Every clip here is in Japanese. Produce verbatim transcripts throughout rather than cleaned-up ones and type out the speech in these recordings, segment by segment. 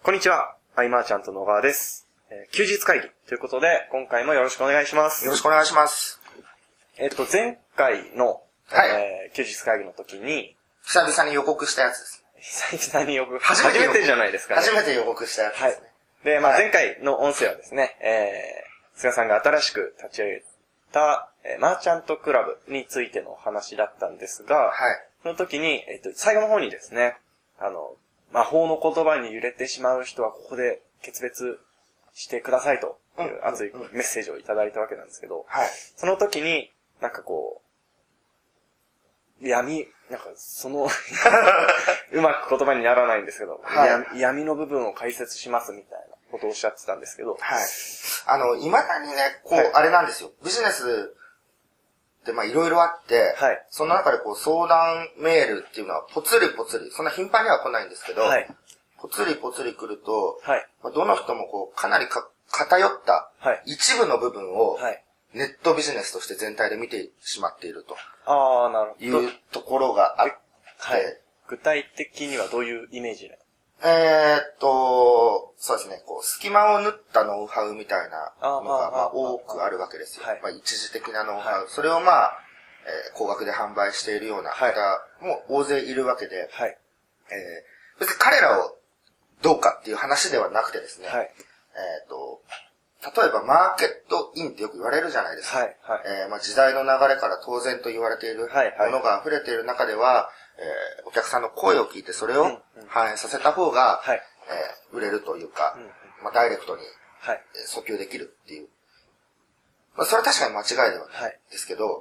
こんにちは、アイマーちゃんと野川です。えー、休日会議ということで、今回もよろしくお願いします。 よろしくお願いします。 えっと、前回の、はい、えー、休日会議の時に、 久々に予告したやつです。 久々に予告、初めて、初めてじゃないですかね。 初めて予告したやつですね。はい。 で、まあ前回の音声はですね、えー、菅さんが新しく立ち上げた、えー、マーチャントクラブについてのお話だったんですが、はい。その時に、えっと、最後の方にですね、あの、魔法の言葉に揺れてしまう人はここで決別してくださいという熱いメッセージをいただいたわけなんですけど、はい、その時になんかこう、闇、なんかその、うまく言葉にならないんですけど、はい、闇の部分を解説しますみたいなことをおっしゃってたんですけど、 はい。あの、未だにね、こう、はい、あれなんですよ。ビジネスで、まあいろいろあって、はい、その中でこう相談メールっていうのはポツリポツリ、そんな頻繁には来ないんですけど、はい、ポツリポツリ来ると、はい、まあ、どの人もこうかなりか偏った一部の部分をネットビジネスとして全体で見てしまっていると、 ああ、なるほど。 いうところがあって、はい、 具体的にはどういうイメージでえーっと、そうですね、こう、隙間を縫ったノウハウみたいなのが、まあ、多くあるわけですよ。はい、まあ、一時的なノウハウ。はい、それをまあ、えー、高額で販売しているような方も大勢いるわけで、はい、えー、別に彼らをどうかっていう話ではなくてですね、はい、えーっと、例えばマーケットインってよく言われるじゃないですか。はいはい、えー、まあ、時代の流れから当然と言われているものが溢れている中では、えー、お客さんの声を聞いてそれを反映させた方が、うんうん、えー、売れるというか、うんうん、まあ、ダイレクトに、はい、えー、訴求できるっていう。まあ、それは確かに間違いではないですけど、はい、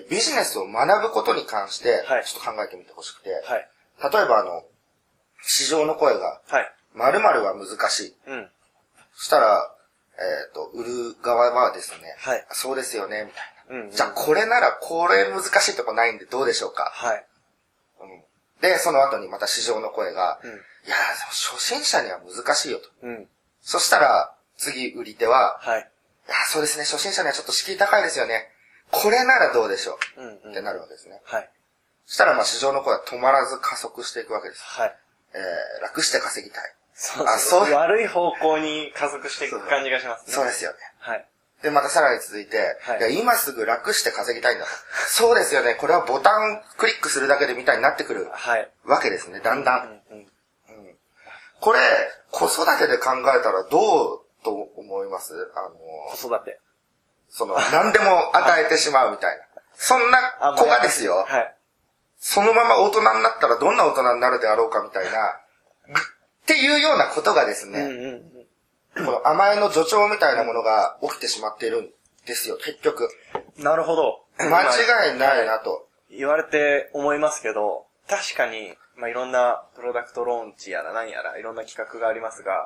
ビジネスを学ぶことに関して、ちょっと考えてみてほしくて、はい、例えばあの、市場の声が、〇〇は難しい。うん、そしたら、えっと、売る側はですね、はい、そうですよね、みたいな。うんうん、じゃあこれならこれ難しいとこないんでどうでしょうか。はい、うん、で、その後にまた市場の声が、うん、いや、初心者には難しいよと。うん、そしたら、次売り手は、はい、いや、そうですね、初心者にはちょっと敷居高いですよね。これならどうでしょう、うんうん、ってなるわけですね。はい、そしたら、まあ市場の声は止まらず加速していくわけです。はい、えー、楽して稼ぎたい。 そうですね。あ、そう。悪い方向に加速していく感じがしますね。 そうですよね。はい。で、またさらに続いて、はい、いや、今すぐ楽して稼ぎたいんだと。そうですよね。これはボタンクリックするだけでみたいになってくるわけですね。だんだん。うんうんうんうん、これ、子育てで考えたらどうと思います？あのー、子育て。 その、何でも与えてしまうみたいな。そんな子がですよ。はい。そのまま大人になったらどんな大人になるであろうかみたいな、っていうようなことがですね、うんうんうん、この甘えの助長みたいなものが起きてしまっているんですよ、結局。 なるほど。 間違いないなと、はい。 言われて思いますけど、確かに、まあ、いろんなプロダクトローンチやら何やらいろんな企画がありますが、はい、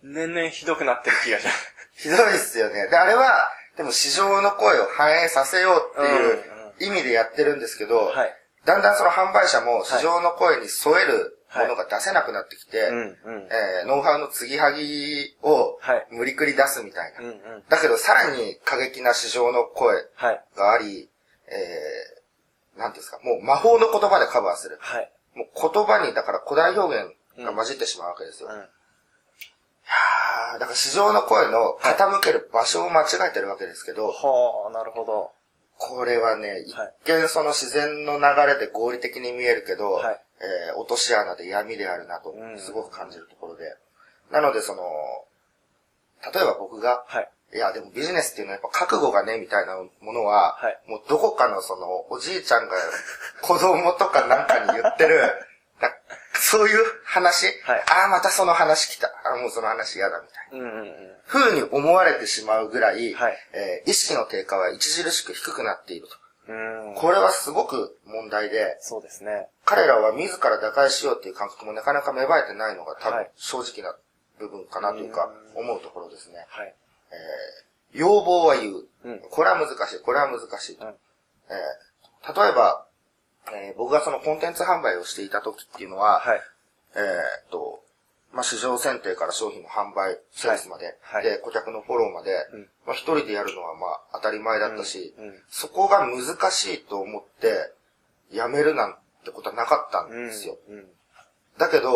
年々ひどくなってる気がします。 ひどいですよね。で、あれは、でも市場の声を反映させようっていう意味でやってるんですけど、うんうん、はい、だんだんその販売者も市場の声に添える、ものが出せなくなってきて、はい、うんうん、えー、ノウハウの継ぎはぎを無理くり出すみたいな。はい、うんうん、だけどさらに過激な市場の声があり、はい、えー、なんていうんですか、もう魔法の言葉でカバーする。はい、もう言葉にだから古代表現が混じってしまうわけですよ。うんうん、いやー、だから市場の声の傾ける場所を間違えてるわけですけど、 はあ、なるほど。 これはね、一見その自然の流れで合理的に見えるけど、はい、えー、落とし穴で闇であるなと、すごく感じるところで。うん、なのでその、例えば僕が、はい、いやでもビジネスっていうのはやっぱ覚悟がね、みたいなものは、はい、もうどこかのその、おじいちゃんが子供とかなんかに言ってる、そういう話、はい、ああ、またその話来た。ああ、もうその話嫌だ、みたいな。うんうんうん、風に思われてしまうぐらい、はい、えー、意識の低下は著しく低くなっていると。うん、これはすごく問題で、 そうですね。 彼らは自ら打開しようっていう感覚もなかなか芽生えてないのが多分正直な部分かなというか思うところですね。はい、えー、要望は言う、うん。これは難しい。これは難しいと。うん、えー、例えば、えー、僕がそのコンテンツ販売をしていた時っていうのは、はい、えー、っと、まあ、市場選定から商品の販売、セールスまで、はい、で、顧客のフォローまで、うん、まあ、一人でやるのはまあ当たり前だったし、うんうん、そこが難しいと思ってやめるなんてことはなかったんですよ。うんうん、だけど、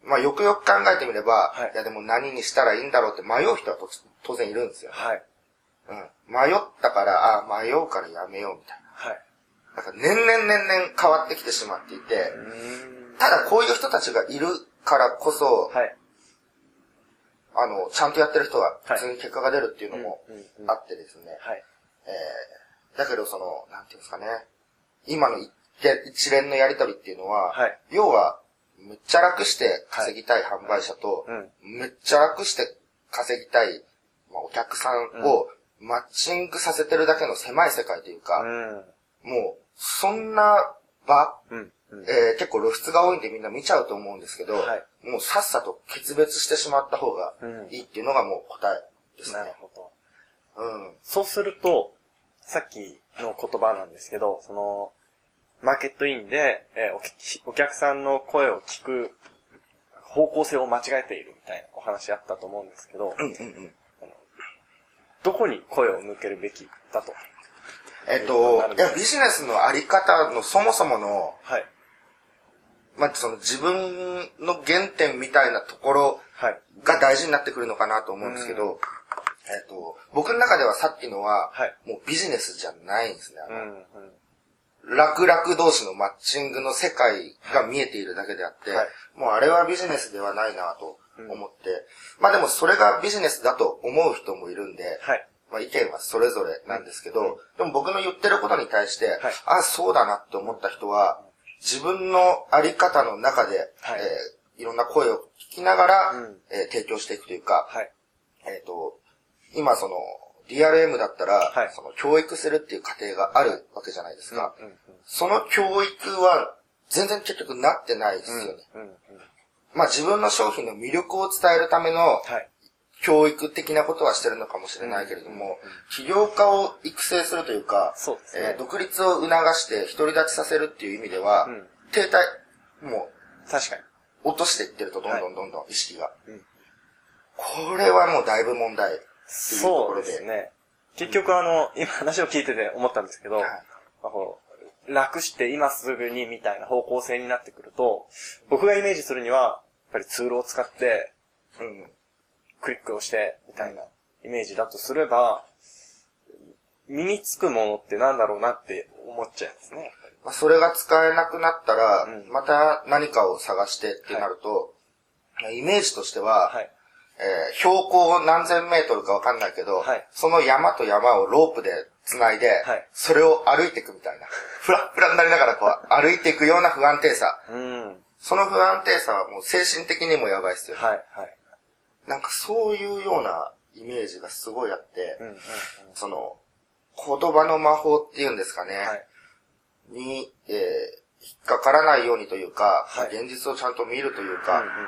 まあよくよく考えてみれば、はい、いやでも何にしたらいいんだろうって迷う人は当然いるんですよ。はい。うん。迷ったから、あ迷うからやめようみたいな。はい。なんか年々年々変わってきてしまっていて、ただこういう人たちがいるからこそ、はい。あの、ちゃんとやってる人は普通に結果が出るっていうのもあってですね。はい。えー、だけどその、なんていうんですかね。今の一連のやりとりっていうのは、はい、要は、めっちゃ楽して稼ぎたい販売者と、はいうん、めっちゃ楽して稼ぎたい、まあ、お客さんをマッチングさせてるだけの狭い世界というか、うん、もう、そんな場、うんうんえー、結構露出が多いんでみんな見ちゃうと思うんですけど、はい、もうさっさと決別してしまった方がいいっていうのがもう答えですね。 なるほど。うん。そうすると、さっきの言葉なんですけど、その、マーケットインで、えー、お, お客さんの声を聞く方向性を間違えているみたいなお話あったと思うんですけど、うんうんうん、どこに声を向けるべきだと。 えっと、いやビジネスのあり方のそもそもの、はい、まあ、その自分の原点みたいなところが大事になってくるのかなと思うんですけど、はい、えっと、僕の中ではさっきのは、はい、もうビジネスじゃないんですね。あのうんうん、楽々同士のマッチングの世界が見えているだけであって、はい、もうあれはビジネスではないなと思って、うん、まあでもそれがビジネスだと思う人もいるんで、はい、まあ意見はそれぞれなんですけど、うん、でも僕の言ってることに対して、はい、あ、そうだなって思った人は、自分のあり方の中で、はいえー、いろんな声を聞きながら、うんえー、提供していくというか、はい、えっと、今その、ディーアールエム だったら、はい、その教育するっていう過程があるわけじゃないですか。うんうんうん、その教育は全然結局なってないですよね。うんうんうん、まあ自分の商品の魅力を伝えるための、はい、教育的なことはしてるのかもしれないけれども、うんうんうん、起業家を育成するというか、そうですねえー、独立を促して独り立ちさせるっていう意味では、うん、停滞、もう、確かに。落としていってるとどんどんどんどん意識が。はいうん、これはもうだいぶ問題っていうところで。そうですね。 結局あの、今話を聞いてて思ったんですけど、はいまあ、楽して今すぐにみたいな方向性になってくると、僕がイメージするには、やっぱりツールを使って、うん、クリックをしてみたいなイメージだとすれば、身につくものってなんだろうなって思っちゃうんですね。 まあ、それが使えなくなったら、うん、また何かを探してってなると、はい、イメージとしては、はいえー、標高何千メートルかわかんないけど、はい、その山と山をロープで繋いで、はい、それを歩いていくみたいな。ふらふらになりながらこう歩いていくような不安定さ。うん、その不安定さはもう精神的にもやばいっすよね。はいはい、なんかそういうようなイメージがすごいあって、うんうんうん、その、言葉の魔法っていうんですかね。はい、に、えー、引っかからないようにというか、はい、現実をちゃんと見るというか、うんうんうん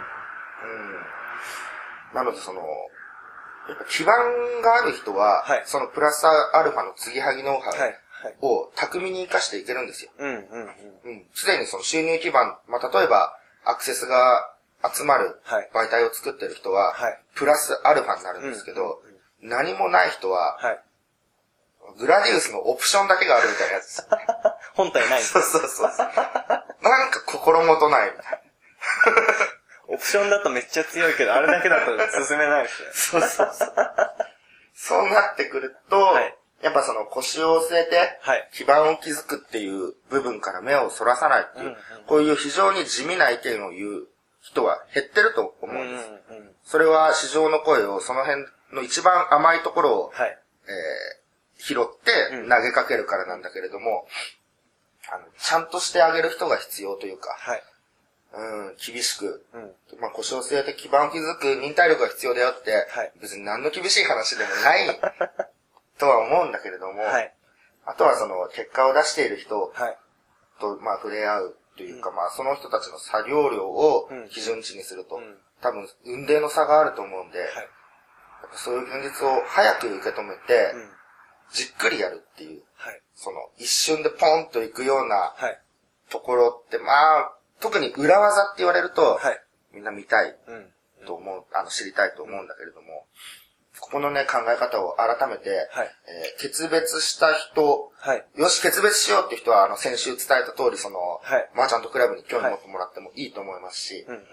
なのでその、やっぱ基盤がある人は、はい、そのプラスアルファの継ぎはぎノウハウを巧みに活かしていけるんですよ。うんうんうん。うん。すでにその収入基盤、まあ、例えばアクセスが集まる媒体を作ってる人は、はい、プラスアルファになるんですけど、うんうんうん、何もない人は、はい、グラディウスのオプションだけがあるみたいなやつです、ね。 本体ない。 そうそうそう。なんか心もとないみたいな。 オプションだとめっちゃ強いけど、あれだけだと進めないですね。 そうそうそう。そうなってくると、はい、やっぱその腰を据えて、基盤を築くっていう部分から目をそらさないっていう、うんうん、こういう非常に地味な意見を言う人は減ってると思うんです。うんうん、それは市場の声を、その辺の一番甘いところを、はいえー、拾って投げかけるからなんだけれども、うん、あのちゃんとしてあげる人が必要というか、はいうん、厳しく、うん、まあ腰を据えて基盤を築く忍耐力が必要だよって、はい、別に何の厳しい話でもないとは思うんだけれども、はい、あとはその結果を出している人と、まあ触れ合うというか、うん、まあその人たちの作業量を基準値にすると、うん、多分運命の差があると思うんで、はい、やっぱそういう現実を早く受け止めて、うん、じっくりやるっていう、はい、その一瞬でポンと行くようなところって、まあ、特に裏技って言われると、はい、みんな見たいと思う、うん、あの知りたいと思うんだけれども、うん、ここのね考え方を改めて、はいえー、決別した人、はい、よし決別しようっていう人はあの先週伝えた通りその、はい、マーチャントクラブに興味持ってもらってもいいと思いますし、はい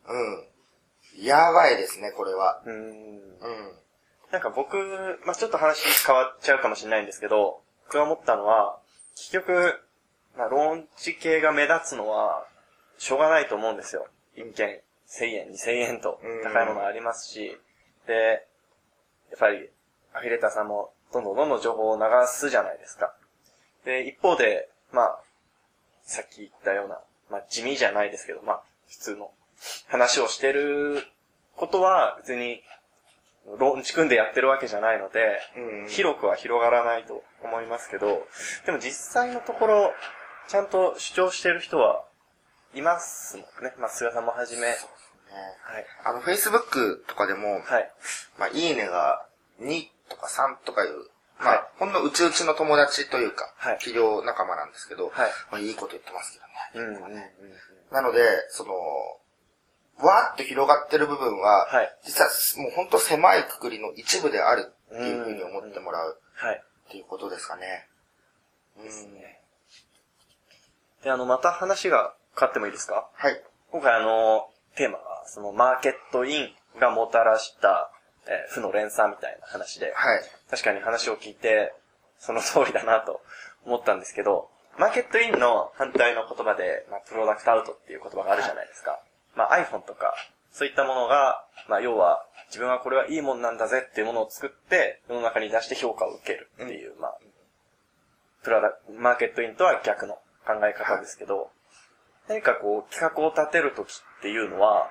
うん。やばいですね、これは。 うん。うんうん。 なんか僕、まあちょっと話変わっちゃうかもしれないんですけど、僕が思ったのは、結局、まあローンチ系が目立つのは、しょうがないと思うんですよ。一件せんえん、にせんえんと高いものありますし、で、やっぱりアフィリエーターさんもどんどんどんどん情報を流すじゃないですか。で、一方で、まあ、さっき言ったような、まあ地味じゃないですけど、まあ普通の話をしてることは別にローンチ組んでやってるわけじゃないので、うん、広くは広がらないと思いますけど、でも実際のところ、ちゃんと主張してる人はいますもんね。まあ、菅さんもはじめ。そうですね。 はい。あの、Facebook とかでも、はい。まあ、いいねがにとかさんとかいう、まあ、はい、ほんのうちうちの友達というか、はい、企業仲間なんですけど、はい。まあ、いいこと言ってますけどね。うんうんうんうん、なので、その、わーって広がってる部分は、はい、実はもうほんと狭い括りの一部であるっていうふうに思ってもらう、はい、っていうことですかね。 うん。で、あの、また話が変わってもいいですか？ はい。 今回あの、テーマは、その、マーケットインがもたらした、えー、負の連鎖みたいな話で、はい。確かに話を聞いて、その通りだなと思ったんですけど、マーケットインの反対の言葉で、まあ、プロダクトアウトっていう言葉があるじゃないですか。はい、まあ iPhone とか、そういったものが、まあ要は、自分はこれはいいもんなんだぜっていうものを作って、世の中に出して評価を受けるっていう、うん、まあ、プロダクト、マーケットインとは逆の考え方ですけど、はい、何かこう、企画を立てるときっていうのは、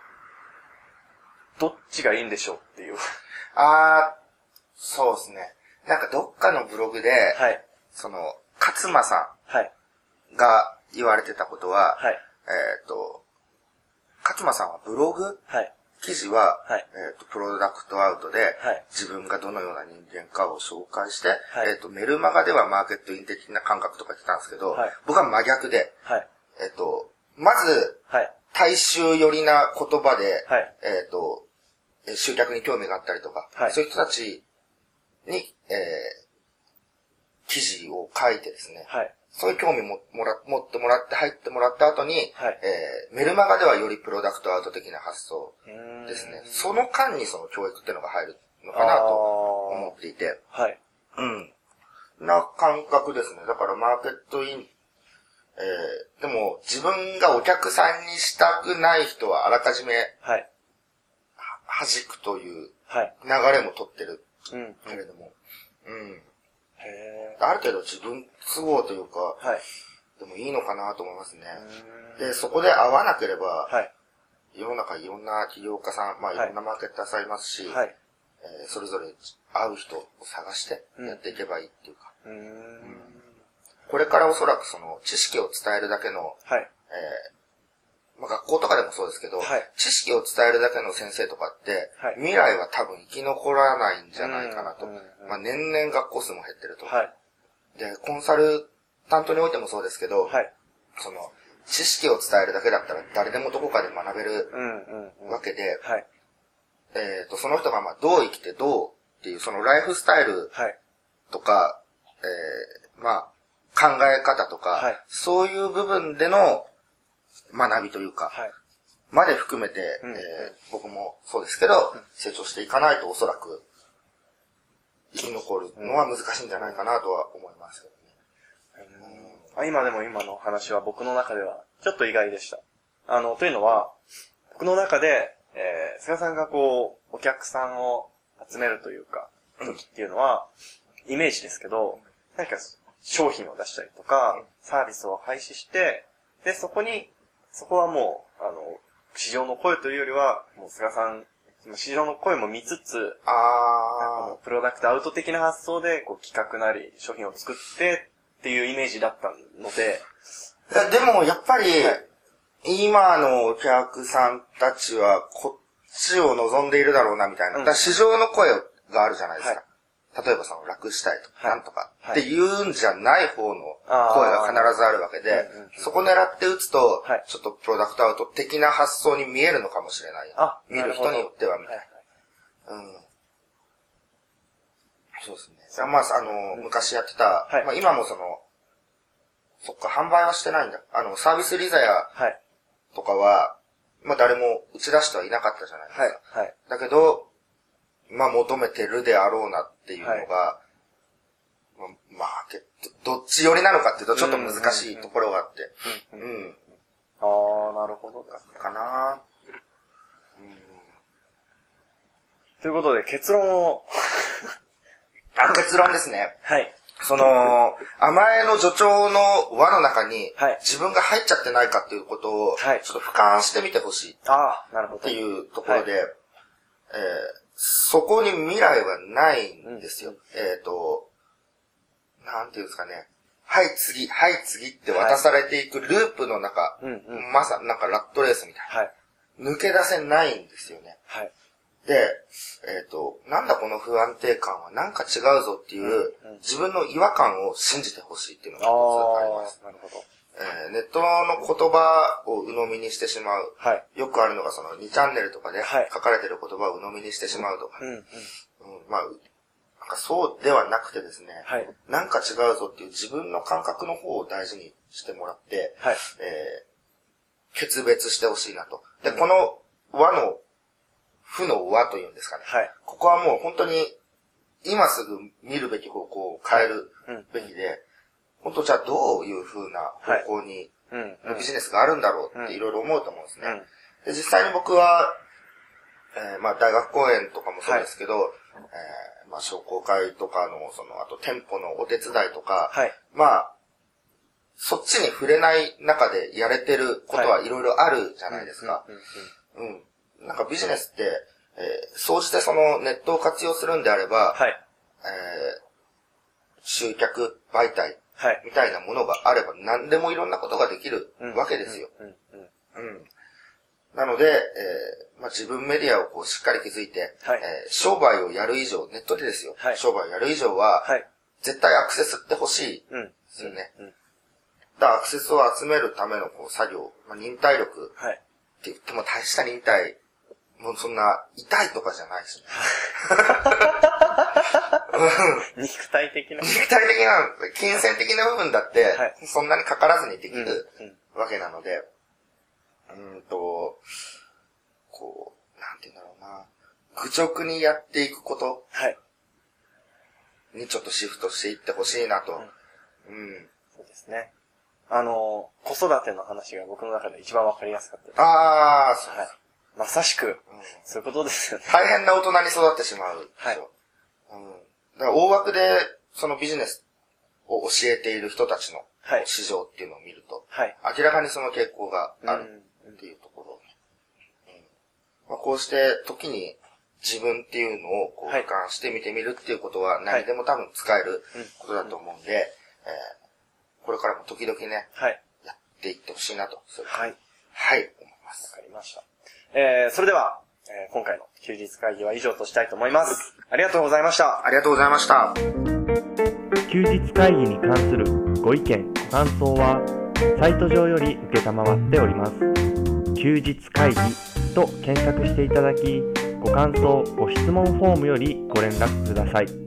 どっちがいいんでしょうっていう。 あー、そうですね。なんかどっかのブログで、はい、その、勝間さんが言われてたことは、はい、えっと、勝間さんはブログ、はい、記事は、はい、えっと、プロダクトアウトで、はい、自分がどのような人間かを紹介して、はい、えっと、メルマガではマーケットイン的な感覚とか言ってたんですけど、はい、僕は真逆で、はい、えっと、まず、はい、大衆寄りな言葉で、はい、えっと、集客に興味があったりとか、はい、そういう人たちに、えー、記事を書いてですね、はい、そういう興味ももら持ってもらって入ってもらった後に、はい、えー、メルマガではよりプロダクトアウト的な発想ですね。その間にその教育っていうのが入るのかなと思っていて、はい、うん。な感覚ですね。だからマーケットイン、えー、でも自分がお客さんにしたくない人はあらかじめ、はい、弾くという流れも取ってるけれども、うんうんうん、へある程度自分都合というか、はい、でもいいのかなと思いますね。で、そこで合わなければ、はい、世の中いろんな起業家さん、まあいろんなマーケッターさんいますし、はい、えー、それぞれ会う人を探してやっていけばいいっていうか、うんうん、これからおそらくその知識を伝えるだけの、はい、えーまあ、学校とかでもそうですけど、はい、知識を伝えるだけの先生とかって、はい、未来は多分生き残らないんじゃないかなと。まあ、年々学校数も減ってると。はい、で、コンサルタントにおいてもそうですけど、はい、その、知識を伝えるだけだったら誰でもどこかで学べるわけで、はい、えっと、その人がまあどう生きてどうっていう、そのライフスタイルとか、はい、えー、まあ、考え方とか、はい、そういう部分での学びというか、はい、まで含めて、うんえー、僕もそうですけど、うん、成長していかないとおそらく生き残るのは難しいんじゃないかなとは思いますけどね。うん、今でも今の話は僕の中ではちょっと意外でした。あの、というのは、僕の中で、えー、菅さんがこう、お客さんを集めるというか、時っていうのは、うん、イメージですけど、何か商品を出したりとか、うん、サービスを廃止して、で、そこに、そこはもう、あの、市場の声というよりは、もう菅さん、市場の声も見つつ、あのプロダクトアウト的な発想で、こう企画なり商品を作ってっていうイメージだったので。 いや、でもやっぱり、はい、今のお客さんたちはこっちを望んでいるだろうなみたいな。うん、だから市場の声があるじゃないですか。はい、例えばその楽したいとか、はい、なんとかっていうんじゃない方の声が必ずあるわけで、うんうんうん、そこ狙って打つと、はい、ちょっとプロダクトアウト的な発想に見えるのかもしれない。あ、見る人によってはみたいな。はいうん、そうですね。まあ、あの、うん、昔やってた、はい、まあ今もその、そっか、販売はしてないんだ。あの、サービスリザヤとかは、 まあ誰も打ち出してはいなかったじゃないですか。 はい。はい。 だけど、まあ求めてるであろうなっていうのが、はい、まあ、どっち寄りなのかっていうとちょっと難しいところがあって。うん。うん。 ああ、なるほど。 かな、うん、 ということで結論をあ、結論ですね。 はい。 その、甘えの助長の輪の中に、自分が入っちゃってないかっていうことを、ちょっと俯瞰してみてほしい。 ああ、なるほど。 っていうところで、はい、えー、そこに未来はないんですよ。うん、えっと、なんていうんですかね。はい次、はい次って渡されていくループの中、はいうんうん、まさ、なんかラットレースみたいな。はい、抜け出せないんですよね。はい、で、えっと、なんだこの不安定感はなんか違うぞっていう、うんうん、自分の違和感を信じてほしいっていうのが一つあります。なるほど。えー、ネットの言葉を鵜呑みにしてしまう。はい、よくあるのがそのにチャンネルとかで書かれてる言葉を鵜呑みにしてしまうとか。うんうんうん、まあなんかそうではなくてですね、はい、なんか違うぞっていう自分の感覚の方を大事にしてもらって、はい、えー、決別してほしいなと。で、うん、この輪の、負の輪というんですかね、はい、ここはもう本当に今すぐ見るべき方向を変えるべきで、うん、本当じゃあどういう風な方向にビジネスがあるんだろうっていろいろ思うと思うんですね。うんうん、で実際に僕は、えー、まあ大学講演とかもそうですけど、はいえー、まあ商工会とかの、その、あと店舗のお手伝いとか、はい、まあ、そっちに触れない中でやれてることはいろいろあるじゃないですか。うん。なんかビジネスって、えー、総じてそのネットを活用するんであれば、はい、えー、集客媒体みたいなものがあれば何でもいろんなことができるわけですよ。うん。なので、えーまあ、自分メディアをこうしっかり築いて、はいえー、商売をやる以上、ネットでですよ、はい、商売をやる以上は、はい、絶対アクセスって欲しいですよね。うんうん、だからアクセスを集めるためのこう作業、まあ、忍耐力って言っても大した忍耐、もうそんな痛いとかじゃないし、ね。 肉体的な。 肉体的な、金銭的な部分だって、はい、そんなにかからずにできるわけなので、うんと、こう、なんて言うんだろうな、愚直にやっていくことにちょっとシフトしていってほしいなと、うん。うん。 そうですね。あの、子育ての話が僕の中で一番わかりやすかったです。 ああ、そうです、はい。 まさしく、うん、そういうことですよね。 大変な大人に育ってしまう。はい。うん。だから大枠で、そのビジネスを教えている人たちの市場っていうのを見ると、はい、明らかにその傾向があるっていうところ、うんうんまあ、こうして時に自分っていうのをこう俯瞰して見てみるっていうことは何でも多分使えることだと思うんで、はいえー、これからも時々ね、はい、やっていってほしいなと、はい、はい、思います。 わかりました。えー、それでは、えー、今回の休日会議は以上としたいと思います。ありがとうございました。 ありがとうございました。 休日会議に関するご意見、ご感想は、サイト上より受けたまわっております。休日会議と検索していただき、ご感想、ご質問フォームよりご連絡ください。